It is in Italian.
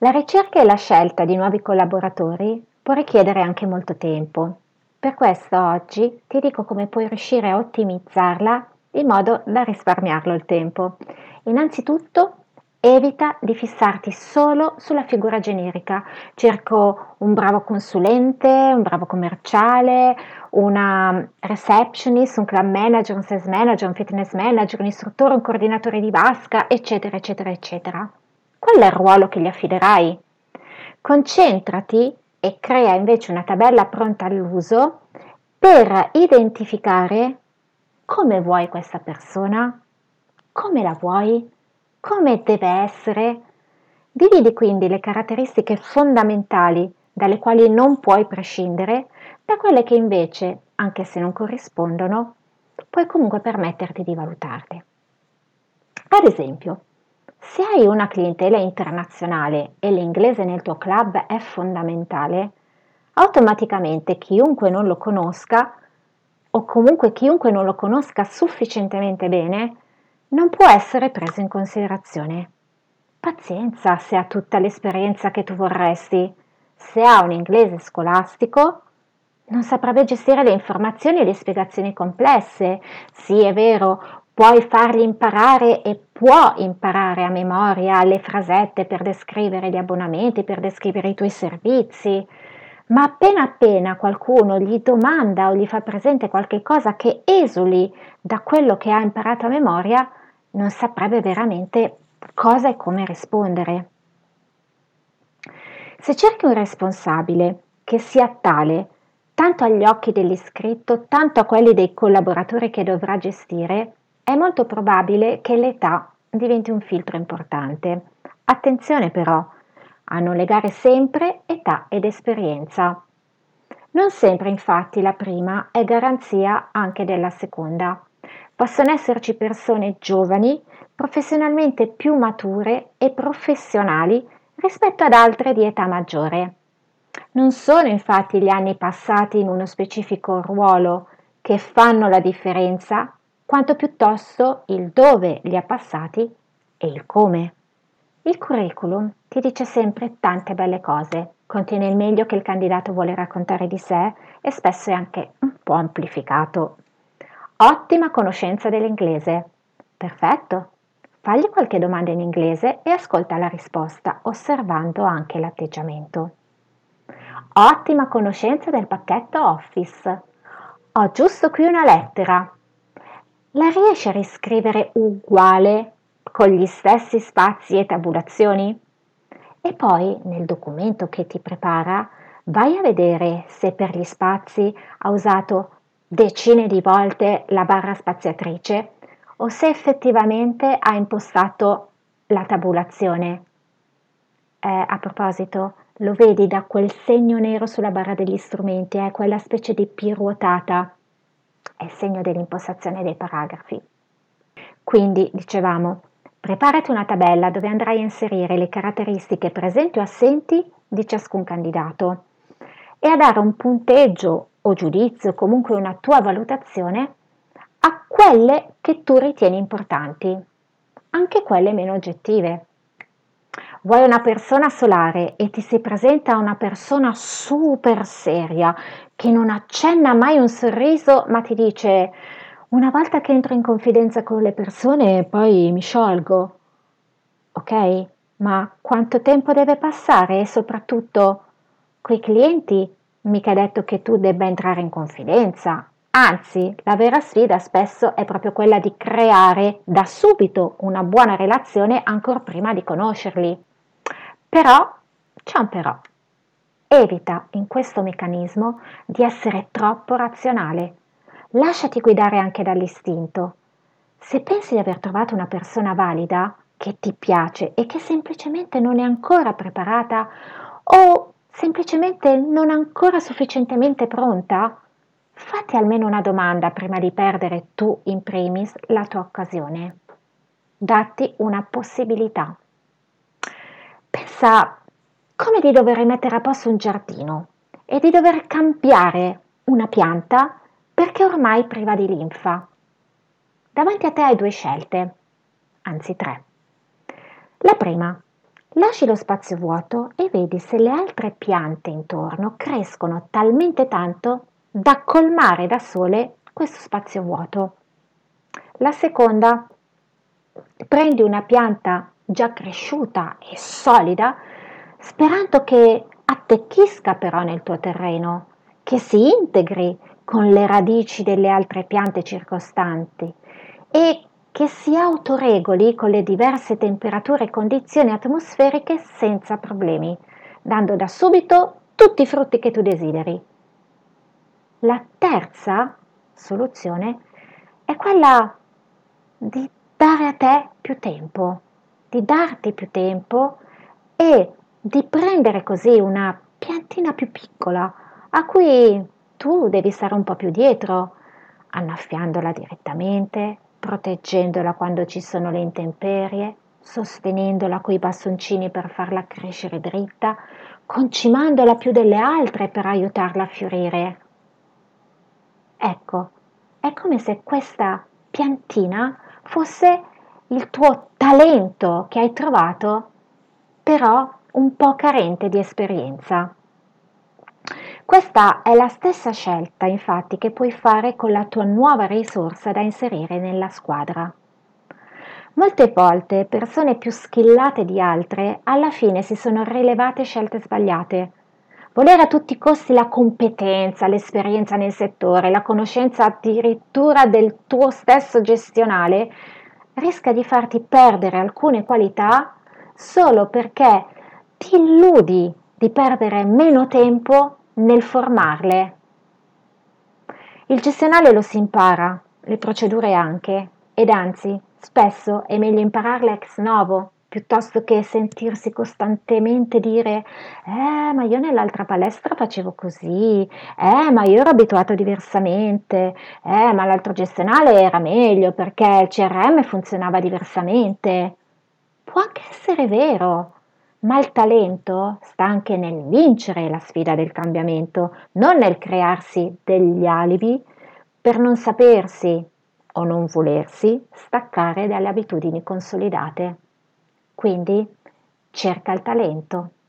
La ricerca e la scelta di nuovi collaboratori può richiedere anche molto tempo. Per questo oggi ti dico come puoi riuscire a ottimizzarla in modo da risparmiarlo il tempo. Innanzitutto, evita di fissarti solo sulla figura generica. Cerco un bravo consulente, un bravo commerciale, una receptionist, un club manager, un sales manager, un fitness manager, un istruttore, un coordinatore di vasca, eccetera, eccetera, eccetera. Qual è il ruolo che gli affiderai? Concentrati e crea invece una tabella pronta all'uso per identificare come vuoi questa persona, come la vuoi, come deve essere. Dividi quindi le caratteristiche fondamentali dalle quali non puoi prescindere da quelle che invece, anche se non corrispondono, puoi comunque permetterti di valutarle. Ad esempio, se hai una clientela internazionale e l'inglese nel tuo club è fondamentale, automaticamente chiunque non lo conosca, o comunque chiunque non lo conosca sufficientemente bene, non può essere preso in considerazione. Pazienza se ha tutta l'esperienza che tu vorresti. Se ha un inglese scolastico, non saprebbe gestire le informazioni e le spiegazioni complesse. Sì, è vero, puoi fargli imparare e può imparare a memoria le frasette per descrivere gli abbonamenti, per descrivere i tuoi servizi, ma appena appena qualcuno gli domanda o gli fa presente qualche cosa che esuli da quello che ha imparato a memoria, non saprebbe veramente cosa e come rispondere. Se cerchi un responsabile che sia tale, tanto agli occhi dell'iscritto, tanto a quelli dei collaboratori che dovrà gestire, è molto probabile che l'età diventi un filtro importante. Attenzione però a non legare sempre età ed esperienza. Non sempre infatti la prima è garanzia anche della seconda. Possono esserci persone giovani, professionalmente più mature e professionali rispetto ad altre di età maggiore. Non sono infatti gli anni passati in uno specifico ruolo che fanno la differenza, quanto piuttosto il dove li ha passati e il come. Il curriculum ti dice sempre tante belle cose, contiene il meglio che il candidato vuole raccontare di sé e spesso è anche un po' amplificato. Ottima conoscenza dell'inglese. Perfetto. Fagli qualche domanda in inglese e ascolta la risposta, osservando anche l'atteggiamento. Ottima conoscenza del pacchetto Office. Ho giusto qui una lettera. La riesci a riscrivere uguale con gli stessi spazi e tabulazioni? E poi nel documento che ti prepara vai a vedere se per gli spazi ha usato decine di volte la barra spaziatrice o se effettivamente ha impostato la tabulazione. A proposito, lo vedi da quel segno nero sulla barra degli strumenti, quella specie di P ruotata, è il segno dell'impostazione dei paragrafi. Quindi, dicevamo, preparati una tabella dove andrai a inserire le caratteristiche presenti o assenti di ciascun candidato e a dare un punteggio o giudizio, comunque una tua valutazione, a quelle che tu ritieni importanti, anche quelle meno oggettive. Vuoi una persona solare e ti si presenta una persona super seria che non accenna mai un sorriso ma ti dice una volta che entro in confidenza con le persone poi mi sciolgo. Ok? Ma quanto tempo deve passare e soprattutto coi clienti mica è detto che tu debba entrare in confidenza. Anzi, la vera sfida spesso è proprio quella di creare da subito una buona relazione ancora prima di conoscerli. Però c'è un però. Evita in questo meccanismo di essere troppo razionale. Lasciati guidare anche dall'istinto. Se pensi di aver trovato una persona valida, che ti piace e che semplicemente non è ancora preparata o semplicemente non ancora sufficientemente pronta, fatti almeno una domanda prima di perdere tu in primis la tua occasione. Datti una possibilità. Pensa come di dover rimettere a posto un giardino e di dover cambiare una pianta perché ormai priva di linfa. Davanti a te hai due scelte, anzi tre. La prima, Lasci lo spazio vuoto e vedi se le altre piante intorno crescono talmente tanto da colmare da sole questo spazio vuoto. La seconda, prendi una pianta già cresciuta e solida, sperando che attecchisca però nel tuo terreno, che si integri con le radici delle altre piante circostanti e che si autoregoli con le diverse temperature e condizioni atmosferiche senza problemi, dando da subito tutti i frutti che tu desideri. La terza soluzione è quella di dare a te più tempo, di darti più tempo e di prendere così una piantina più piccola a cui tu devi stare un po' più dietro, annaffiandola direttamente, proteggendola quando ci sono le intemperie, sostenendola coi bastoncini per farla crescere dritta, concimandola più delle altre per aiutarla a fiorire. Ecco, è come se questa piantina fosse il tuo talento che hai trovato, però un po' carente di esperienza. Questa è la stessa scelta, infatti, che puoi fare con la tua nuova risorsa da inserire nella squadra. Molte volte persone più skillate di altre alla fine si sono rilevate scelte sbagliate. Volere a tutti i costi la competenza, l'esperienza nel settore, la conoscenza addirittura del tuo stesso gestionale rischia di farti perdere alcune qualità solo perché ti illudi di perdere meno tempo nel formarle. Il gestionale lo si impara, le procedure anche, ed anzi, spesso è meglio impararle ex novo, piuttosto che sentirsi costantemente dire ma io nell'altra palestra facevo così, ma io ero abituato diversamente, ma l'altro gestionale era meglio perché il CRM funzionava diversamente. Può anche essere vero, ma il talento sta anche nel vincere la sfida del cambiamento, non nel crearsi degli alibi per non sapersi o non volersi staccare dalle abitudini consolidate. Quindi cerca il talento.